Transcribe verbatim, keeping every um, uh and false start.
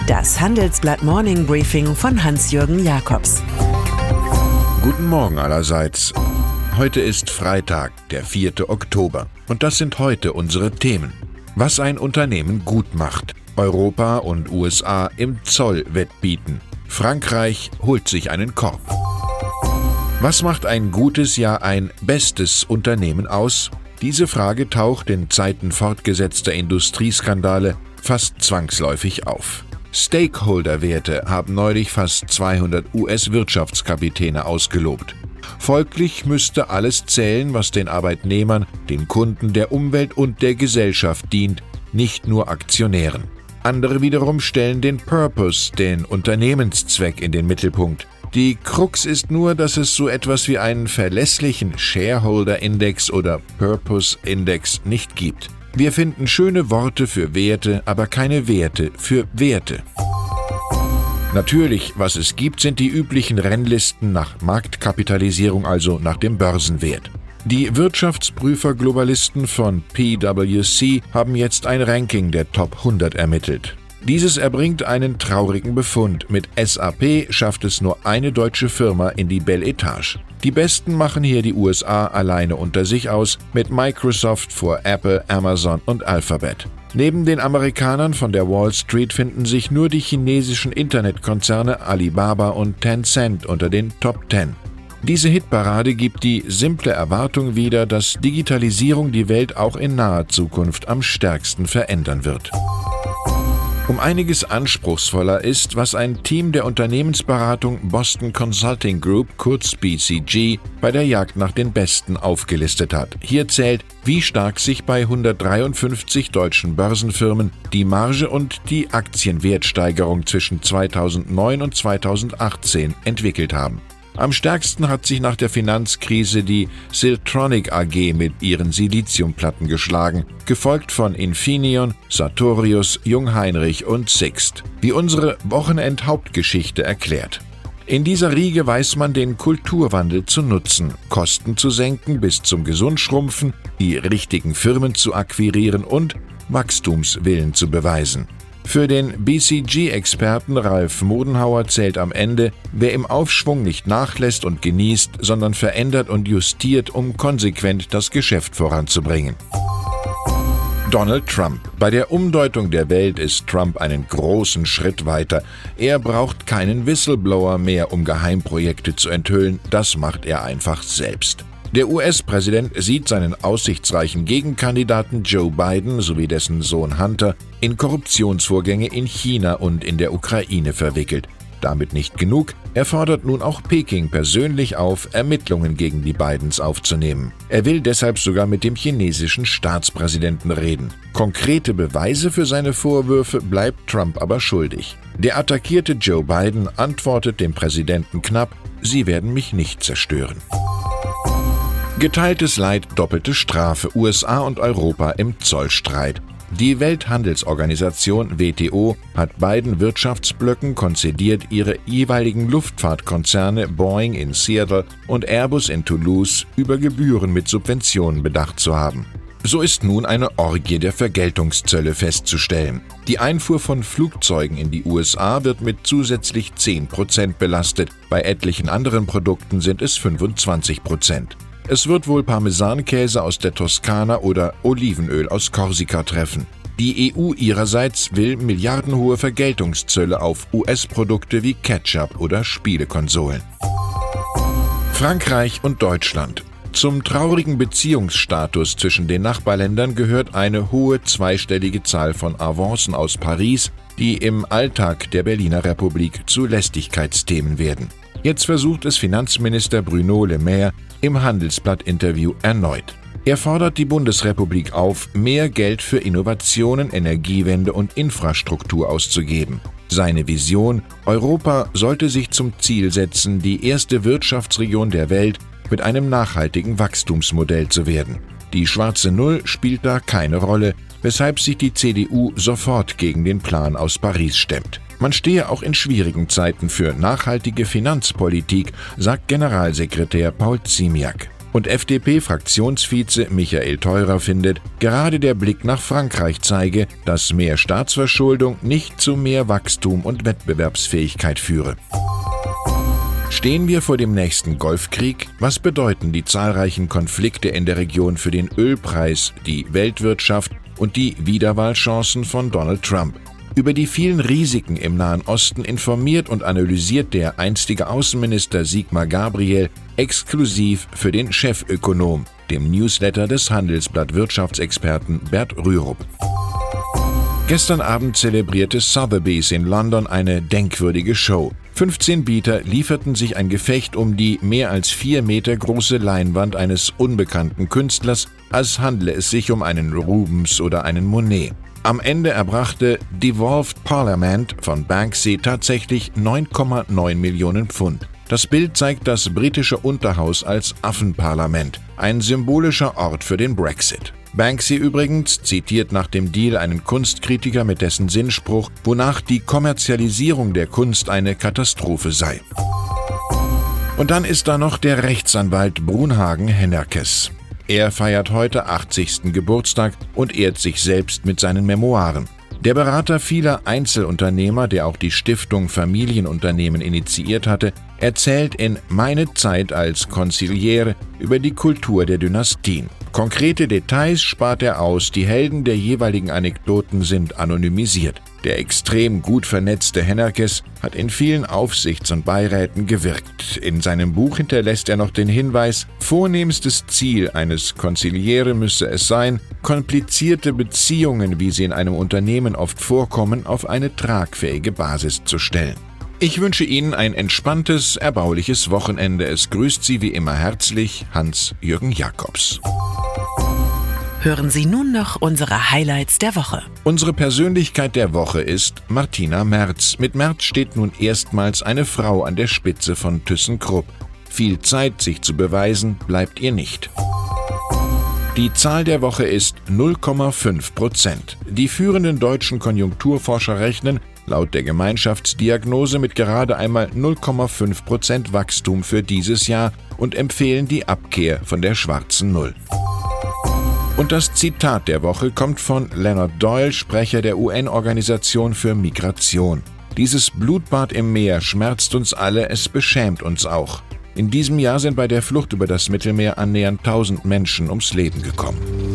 Das Handelsblatt Morning Briefing von Hans-Jürgen Jakobs. Guten Morgen allerseits. Heute ist Freitag, der vierte Oktober. Und das sind heute unsere Themen. Was ein Unternehmen gut macht. Europa und U S A im Zoll wettbieten. Frankreich holt sich einen Korb. Was macht ein gutes, ja ein bestes Unternehmen aus? Diese Frage taucht in Zeiten fortgesetzter Industrieskandale fast zwangsläufig auf. Stakeholder-Werte haben neulich fast zweihundert U S-Wirtschaftskapitäne ausgelobt. Folglich müsste alles zählen, was den Arbeitnehmern, den Kunden, der Umwelt und der Gesellschaft dient, nicht nur Aktionären. Andere wiederum stellen den Purpose, den Unternehmenszweck, in den Mittelpunkt. Die Krux ist nur, dass es so etwas wie einen verlässlichen Shareholder-Index oder Purpose-Index nicht gibt. Wir finden schöne Worte für Werte, aber keine Werte für Werte. Natürlich, was es gibt, sind die üblichen Rennlisten nach Marktkapitalisierung, also nach dem Börsenwert. Die Wirtschaftsprüfer-Globalisten von P W C haben jetzt ein Ranking der Top hundert ermittelt. Dieses erbringt einen traurigen Befund. Mit S A P schafft es nur eine deutsche Firma in die Belle Etage. Die Besten machen hier die U S A alleine unter sich aus, mit Microsoft vor Apple, Amazon und Alphabet. Neben den Amerikanern von der Wall Street finden sich nur die chinesischen Internetkonzerne Alibaba und Tencent unter den Top zehn. Diese Hitparade gibt die simple Erwartung wider, dass Digitalisierung die Welt auch in naher Zukunft am stärksten verändern wird. Um einiges anspruchsvoller ist, was ein Team der Unternehmensberatung Boston Consulting Group, kurz B C G, bei der Jagd nach den Besten aufgelistet hat. Hier zählt, wie stark sich bei hundertdreiundfünfzig deutschen Börsenfirmen die Marge und die Aktienwertsteigerung zwischen zweitausendneun und zweitausendachtzehn entwickelt haben. Am stärksten hat sich nach der Finanzkrise die Siltronic A G mit ihren Siliziumplatten geschlagen, gefolgt von Infineon, Sartorius, Jungheinrich und Sixt, wie unsere Wochenend-Hauptgeschichte erklärt. In dieser Riege weiß man den Kulturwandel zu nutzen, Kosten zu senken bis zum Gesundschrumpfen, die richtigen Firmen zu akquirieren und Wachstumswillen zu beweisen. Für den B C G-Experten Ralf Modenhauer zählt am Ende, wer im Aufschwung nicht nachlässt und genießt, sondern verändert und justiert, um konsequent das Geschäft voranzubringen. Donald Trump. Bei der Umdeutung der Welt ist Trump einen großen Schritt weiter. Er braucht keinen Whistleblower mehr, um Geheimprojekte zu enthüllen. Das macht er einfach selbst. Der U S-Präsident sieht seinen aussichtsreichen Gegenkandidaten Joe Biden sowie dessen Sohn Hunter in Korruptionsvorgänge in China und in der Ukraine verwickelt. Damit nicht genug, er fordert nun auch Peking persönlich auf, Ermittlungen gegen die Bidens aufzunehmen. Er will deshalb sogar mit dem chinesischen Staatspräsidenten reden. Konkrete Beweise für seine Vorwürfe bleibt Trump aber schuldig. Der attackierte Joe Biden antwortet dem Präsidenten knapp: Sie werden mich nicht zerstören. Geteiltes Leid, doppelte Strafe, U S A und Europa im Zollstreit. Die Welthandelsorganisation W T O hat beiden Wirtschaftsblöcken konzediert, ihre jeweiligen Luftfahrtkonzerne Boeing in Seattle und Airbus in Toulouse über Gebühren mit Subventionen bedacht zu haben. So ist nun eine Orgie der Vergeltungszölle festzustellen. Die Einfuhr von Flugzeugen in die U S A wird mit zusätzlich zehn Prozent belastet, bei etlichen anderen Produkten sind es fünfundzwanzig Prozent. Es wird wohl Parmesankäse aus der Toskana oder Olivenöl aus Korsika treffen. Die E U ihrerseits will milliardenhohe Vergeltungszölle auf U S-Produkte wie Ketchup oder Spielekonsolen. Frankreich und Deutschland. Zum traurigen Beziehungsstatus zwischen den Nachbarländern gehört eine hohe zweistellige Zahl von Avancen aus Paris, die im Alltag der Berliner Republik zu Lästigkeitsthemen werden. Jetzt versucht es Finanzminister Bruno Le Maire im Handelsblatt-Interview erneut. Er fordert die Bundesrepublik auf, mehr Geld für Innovationen, Energiewende und Infrastruktur auszugeben. Seine Vision: Europa sollte sich zum Ziel setzen, die erste Wirtschaftsregion der Welt mit einem nachhaltigen Wachstumsmodell zu werden. Die schwarze Null spielt da keine Rolle, weshalb sich die C D U sofort gegen den Plan aus Paris stemmt. Man stehe auch in schwierigen Zeiten für nachhaltige Finanzpolitik, sagt Generalsekretär Paul Ziemiak. Und F D P-Fraktionsvize Michael Theurer findet, gerade der Blick nach Frankreich zeige, dass mehr Staatsverschuldung nicht zu mehr Wachstum und Wettbewerbsfähigkeit führe. Stehen wir vor dem nächsten Golfkrieg? Was bedeuten die zahlreichen Konflikte in der Region für den Ölpreis, die Weltwirtschaft und die Wiederwahlchancen von Donald Trump? Über die vielen Risiken im Nahen Osten informiert und analysiert der einstige Außenminister Sigmar Gabriel exklusiv für den Chefökonom, dem Newsletter des Handelsblatt Wirtschaftsexperten Bert Rürup. Gestern Abend zelebrierte Sotheby's in London eine denkwürdige Show. fünfzehn Bieter lieferten sich ein Gefecht um die mehr als vier Meter große Leinwand eines unbekannten Künstlers, als handle es sich um einen Rubens oder einen Monet. Am Ende erbrachte Devolved Parliament von Banksy tatsächlich neun Komma neun Millionen Pfund. Das Bild zeigt das britische Unterhaus als Affenparlament, ein symbolischer Ort für den Brexit. Banksy übrigens zitiert nach dem Deal einen Kunstkritiker mit dessen Sinnspruch, wonach die Kommerzialisierung der Kunst eine Katastrophe sei. Und dann ist da noch der Rechtsanwalt Brunhagen Hennerkes. Er feiert heute achtzigsten Geburtstag und ehrt sich selbst mit seinen Memoiren. Der Berater vieler Einzelunternehmer, der auch die Stiftung Familienunternehmen initiiert hatte, erzählt in Meine Zeit als Konziliere über die Kultur der Dynastien. Konkrete Details spart er aus, die Helden der jeweiligen Anekdoten sind anonymisiert. Der extrem gut vernetzte Hennerkes hat in vielen Aufsichts- und Beiräten gewirkt. In seinem Buch hinterlässt er noch den Hinweis, vornehmstes Ziel eines Konziliere müsse es sein, komplizierte Beziehungen, wie sie in einem Unternehmen oft vorkommen, auf eine tragfähige Basis zu stellen. Ich wünsche Ihnen ein entspanntes, erbauliches Wochenende. Es grüßt Sie wie immer herzlich Hans-Jürgen Jakobs. Hören Sie nun noch unsere Highlights der Woche. Unsere Persönlichkeit der Woche ist Martina Merz. Mit Merz steht nun erstmals eine Frau an der Spitze von ThyssenKrupp. Viel Zeit, sich zu beweisen, bleibt ihr nicht. Die Zahl der Woche ist null Komma fünf Prozent. Die führenden deutschen Konjunkturforscher rechnen, laut der Gemeinschaftsdiagnose, mit gerade einmal null Komma fünf Prozent Wachstum für dieses Jahr und empfehlen die Abkehr von der schwarzen Null. Und das Zitat der Woche kommt von Leonard Doyle, Sprecher der U N-Organisation für Migration. Dieses Blutbad im Meer schmerzt uns alle, es beschämt uns auch. In diesem Jahr sind bei der Flucht über das Mittelmeer annähernd tausend Menschen ums Leben gekommen.